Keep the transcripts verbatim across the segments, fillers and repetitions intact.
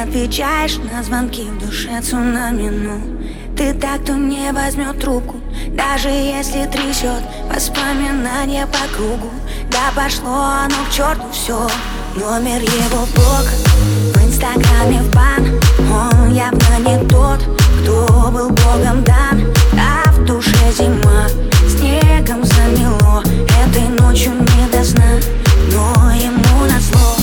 отвечаешь на звонки, в душе цунами, ну ты так, кто не возьмет трубку, даже если трясет воспоминания по кругу. Да пошло оно к черту все, номер его в блог, в инстаграме в бан. Он явно не тот, кто был богом дан, а в душе зима, снегом замело. Этой ночью не до сна, но ему назло.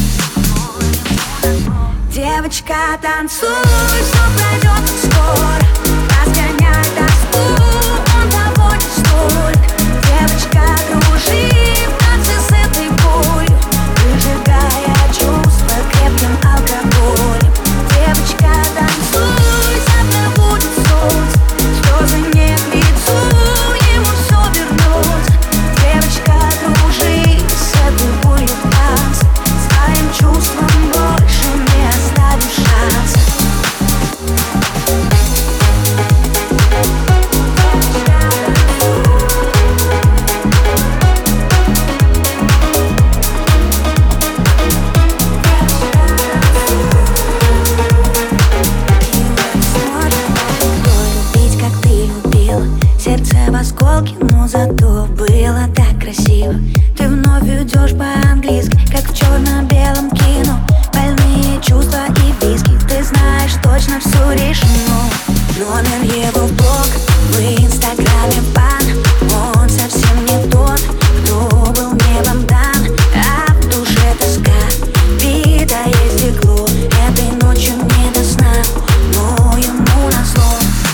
Девочка, танцуй, все пройдет скоро, разгоняй тоску, он того не стоит. Девочка, кружи в танце с этой болью, выжигая чувства крепким алкоголем. Девочка, танцуй, завтра будет солнце, слезы не к лицу, ему все вернется. Девочка, кружи с этой болью в танце, своим чувством больше не оставишь шанса. Сердце в осколке, но зато было так красиво. Ты вновь идешь по-английски, как в черно-белом кино. Больные чувства и виски, ты знаешь, точно все решено. Номер его в блог, в инстаграме в бан. Он совсем не тот, кто был небом дан, а в душе тоска, битое стекло. Этой ночью не до сна, но ему назло.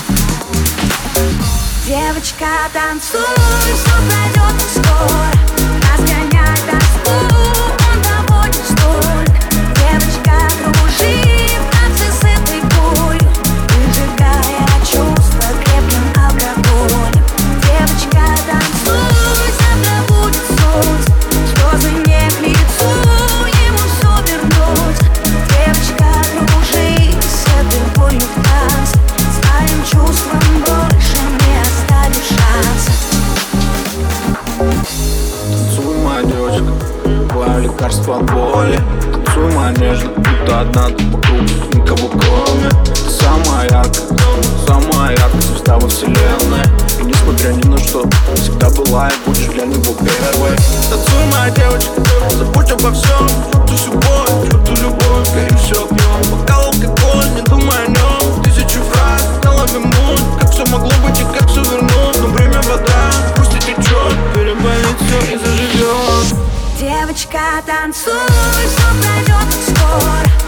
Девочка, танцуй, все пройдет скоро, разгоняй тоску, он того не стоит. Девочка, кружи в танце с этой болью, выжигая чувства крепким алкоголем. Девочка, танцуй, завтра будет солнце, слезы не к лицу, ему все вернется. Девочка, кружи с этой болью в танце, своим чувством больше не оставишь шанса. Танцуй, моя девочка, твое лекарство от боли. Танцуй, моя нежно, будто одна ты вокруг, никого кроме. Ты самая яркая, самая яркая звезда во вселенной. И несмотря ни на что, всегда была и будешь для него первой. Танцуй, моя девочка, забудь обо всем, черту любовь, черту любовь. Гори все огнем, бокал алкоголь, не думай о нем. Тысячи фраз на лове муть, как все могло быть и как все вернуть. Но время вода, пусть и течет, переболит все и заживет. Девочка, танцуй, все пройдет скоро.